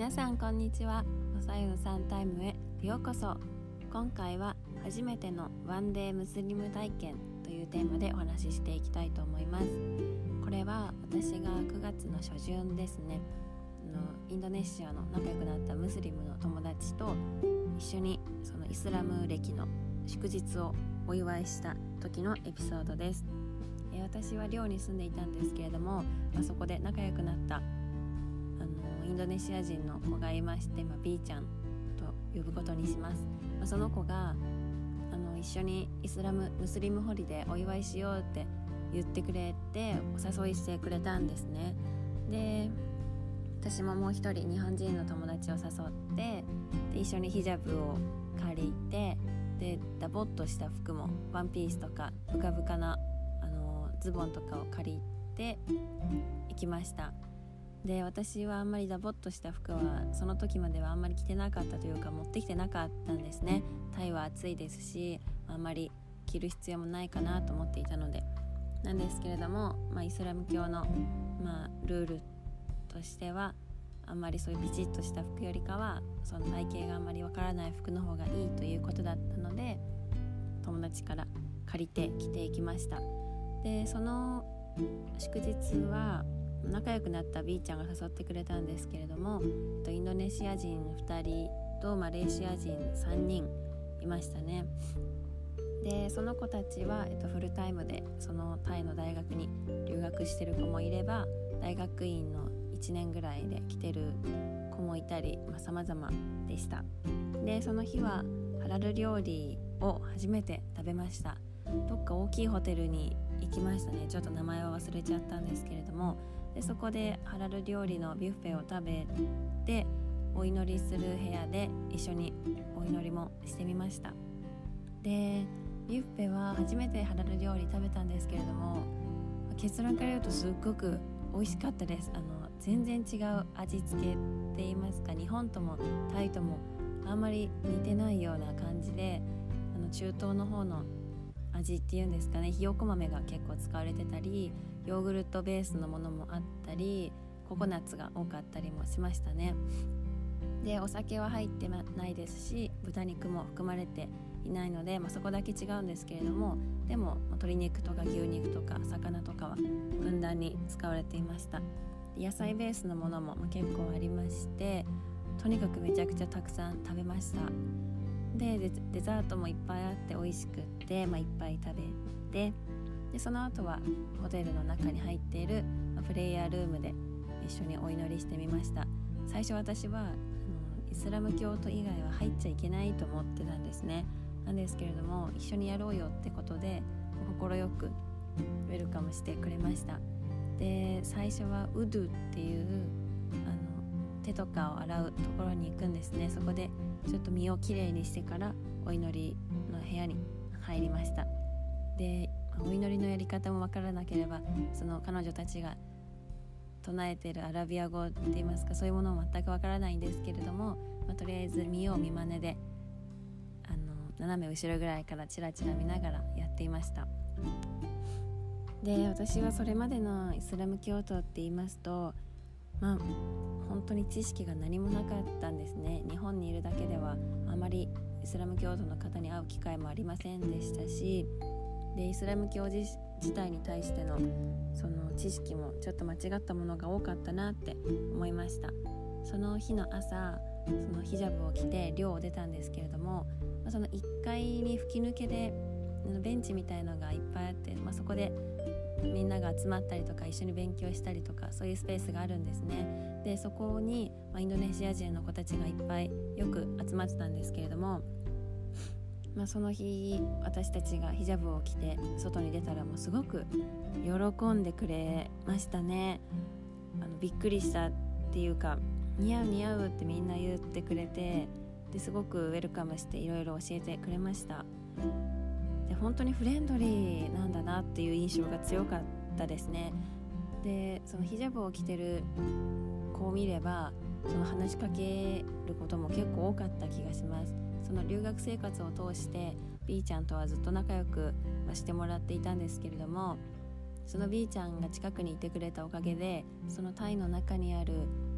皆さんこんにちは。おさゆのサンタイムへようこそ。今回は初めてのワンデームスリム体験というテーマでお話ししていきたいと思います。これは私が9月の初旬ですね、インドネシアの仲良くなったムスリムの友達と一緒にそのイスラム歴の祝日をお祝いした時のエピソードです。私は寮に住んでいたんですけれども、そこで仲良くなったインドネシア人の子がいまして、B ちゃんと呼ぶことにします。その子が一緒にムスリムホリデーお祝いしようって言ってくれてお誘いしてくれたんですね。で、私ももう一人日本人の友達を誘ってで一緒にヒジャブを借りて、でダボっとした服もワンピースとかブカブカなズボンとかを借りて行きました。で、私はあんまりダボっとした服はその時まではあんまり着てなかったというか持ってきてなかったんですね。タイは暑いですし、あんまり着る必要もないかなと思っていたのでなんですけれども、イスラム教の、ルールとしてはあんまりそういうピチッとした服よりかはその体型があんまりわからない服の方がいいということだったので、友達から借りて着ていきました。で、その祝日は仲良くなった B ちゃんが誘ってくれたんですけれども、インドネシア人2人とマレーシア人3人いましたね。で、その子たちは、フルタイムでそのタイの大学に留学してる子もいれば、大学院の1年ぐらいで来てる子もいたり、様々でした。で、その日はハラル料理を初めて食べました。どっか大きいホテルに行きましたね。ちょっと名前は忘れちゃったんですけれども、でそこでハラル料理のビュッフェを食べてお祈りする部屋で一緒にお祈りもしてみました。で、ビュッフェは初めてハラル料理食べたんですけれども、結論から言うとすっごく美味しかったです。全然違う味付けって言いますか、日本ともタイともあんまり似てないような感じで、中東の方の味っていうんですかね、ひよこ豆が結構使われてたり、ヨーグルトベースのものもあったり、ココナッツが多かったりもしましたね。で、お酒は入ってないですし、豚肉も含まれていないので、そこだけ違うんですけれども、でも鶏肉とか牛肉とか魚とかはふんだんに使われていました。野菜ベースのものも結構ありまして、とにかくめちゃくちゃたくさん食べました。で、デザートもいっぱいあって美味しくって、いっぱい食べて、でその後はホテルの中に入っているプレイヤールームで一緒にお祈りしてみました。最初私はイスラム教徒以外は入っちゃいけないと思ってたんですね。なんですけれども、一緒にやろうよってことで快くウェルカムしてくれました。で、最初はウドゥっていう手とかを洗うところに行くんですね。そこでちょっと身をきれいにしてからお祈りの部屋に入りました。で、お祈りのやり方もわからなければ、その彼女たちが唱えているアラビア語って言いますか、そういうものも全くわからないんですけれども、とりあえず見よう見まねで斜め後ろぐらいからチラチラ見ながらやっていました。で、私はそれまでのイスラム教徒って言いますと、本当に知識が何もなかったんですね。日本にいるだけではあまりイスラム教徒の方に会う機会もありませんでしたし、でイスラム教自体に対してのその知識もちょっと間違ったものが多かったなって思いました。その日の朝、そのヒジャブを着て寮を出たんですけれども、その1階に吹き抜けでベンチみたいのがいっぱいあって、そこでみんなが集まったりとか一緒に勉強したりとか、そういうスペースがあるんですね。で、そこに、インドネシア人の子たちがいっぱいよく集まってたんですけれども、その日私たちがヒジャブを着て外に出たらもうすごく喜んでくれましたね。びっくりしたっていうか、似合う似合うってみんな言ってくれて、ですごくウェルカムしていろいろ教えてくれました。で、本当にフレンドリーなんだなっていう印象が強かったですね。で、そのヒジャブを着てる子を見れば、その話しかけることも結構多かった気がします。その留学生活を通して B ちゃんとはずっと仲良くしてもらっていたんですけれども、その B ちゃんが近くにいてくれたおかげで、そのタイの中にある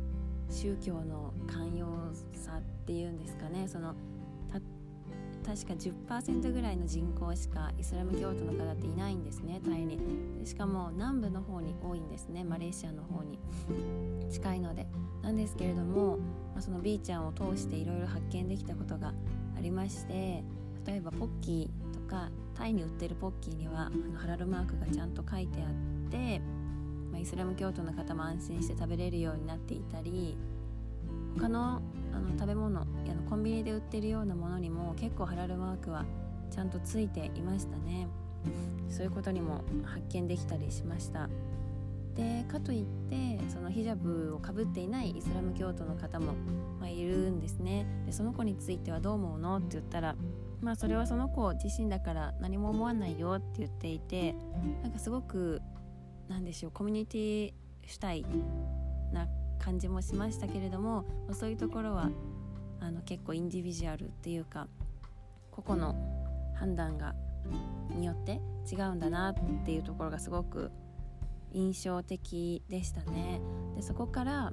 宗教の寛容さっていうんですかね、確か 10% ぐらいの人口しかイスラム教徒の方っていないんですね、タイに。しかも南部の方に多いんですね、マレーシアの方に近いので。なんですけれども、その B ちゃんを通していろいろ発見できたことがありまして、例えばポッキーとか、タイに売ってるポッキーにはハラルマークがちゃんと書いてあって、イスラム教徒の方も安心して食べれるようになっていたり、他の食べ物、コンビニで売ってるようなものにも結構ハラルマークはちゃんとついていましたね。そういうことにも発見できたりしました。でかといってそのヒジャブをかぶっていないイスラム教徒の方も、いるんですね。でその子についてはどう思うのって言ったら、それはその子自身だから何も思わないよって言っていて、なんかすごくコミュニティ主体な感じもしましたけれども、そういうところは結構インディビジュアルっていうか、個々の判断によって違うんだなっていうところがすごく印象的でしたね。でそこから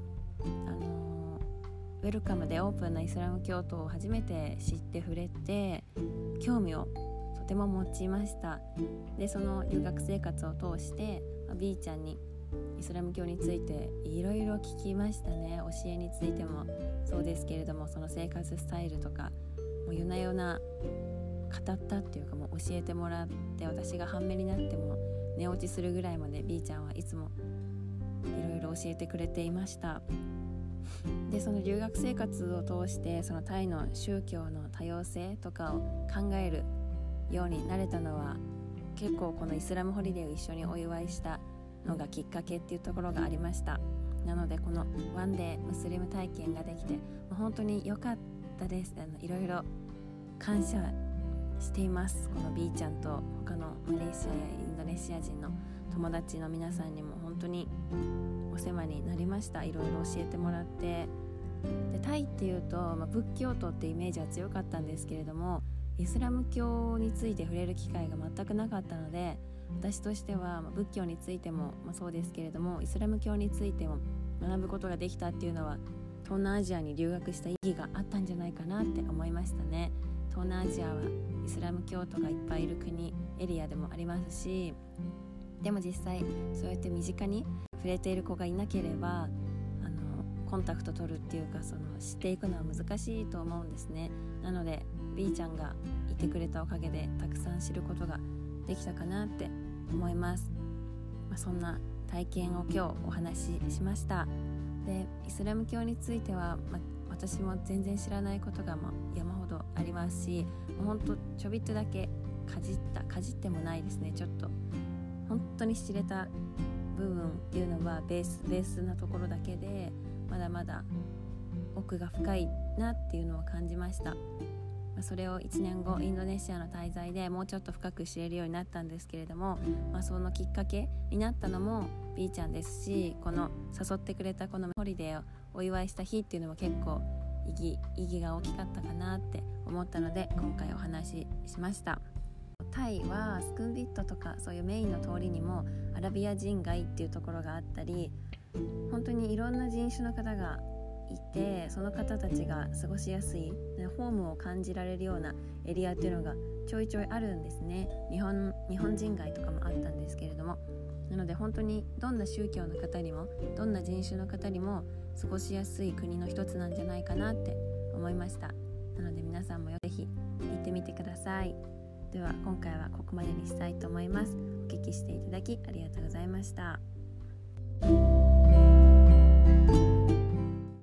ウェルカムでオープンなイスラム教徒を初めて知って触れて、興味をとても持ちました。でその留学生活を通して、B ちゃんにイスラム教についていろいろ聞きましたね。教えについてもそうですけれども、その生活スタイルとかもう夜な夜な語ったっていうか、もう教えてもらって、私が半目になっても寝落ちするぐらいまで B ちゃんはいつもいろいろ教えてくれていました。でその留学生活を通して、そのタイの宗教の多様性とかを考えるようになれたのは、結構このイスラムホリデーを一緒にお祝いしたのがきっかけっていうところがありました。なのでこのワンデームスリム体験ができて本当に良かったです。いろいろ感謝しています。この B ちゃんと他のマレーシアやインドネシア人の友達の皆さんにも本当にお世話になりました。いろいろ教えてもらって。でタイっていうと、仏教徒ってイメージは強かったんですけれども、イスラム教について触れる機会が全くなかったので、私としては仏教についてもそうですけれども、イスラム教についても学ぶことができたっていうのは、東南アジアに留学した意義があったんじゃないかなって思いましたね。東南アジアはイスラム教徒がいっぱいいる国エリアでもありますし、でも実際そうやって身近に触れている子がいなければコンタクト取るっていうか、知っていくのは難しいと思うんですね。なので B ちゃんがいてくれたおかげでたくさん知ることができたかなって思います。そんな体験を今日お話ししました。でイスラム教については、私も全然知らないことが山ほどありますし、ほんとちょびっとだけかじってもないですね。ちょっと本当に知れた部分っていうのはベースなところだけで、まだまだ奥が深いなっていうのを感じました。それを1年後インドネシアの滞在でもうちょっと深く知れるようになったんですけれども、そのきっかけになったのも B ちゃんですし、この誘ってくれたこのホリデーをお祝いした日っていうのも結構意義が大きかったかなって思ったので、今回お話ししました。タイはスクンビットとかそういうメインの通りにもアラビア人街っていうところがあったり、本当にいろんな人種の方がいて、その方たちが過ごしやすいホームを感じられるようなエリアっていうのがちょいちょいあるんですね。日本人街とかもあったんですけれども、なので本当にどんな宗教の方にもどんな人種の方にも過ごしやすい国の一つなんじゃないかなって思いました。なので皆さんもぜひ行ってみてください。では今回はここまでにしたいと思います。お聞きしていただきありがとうございました。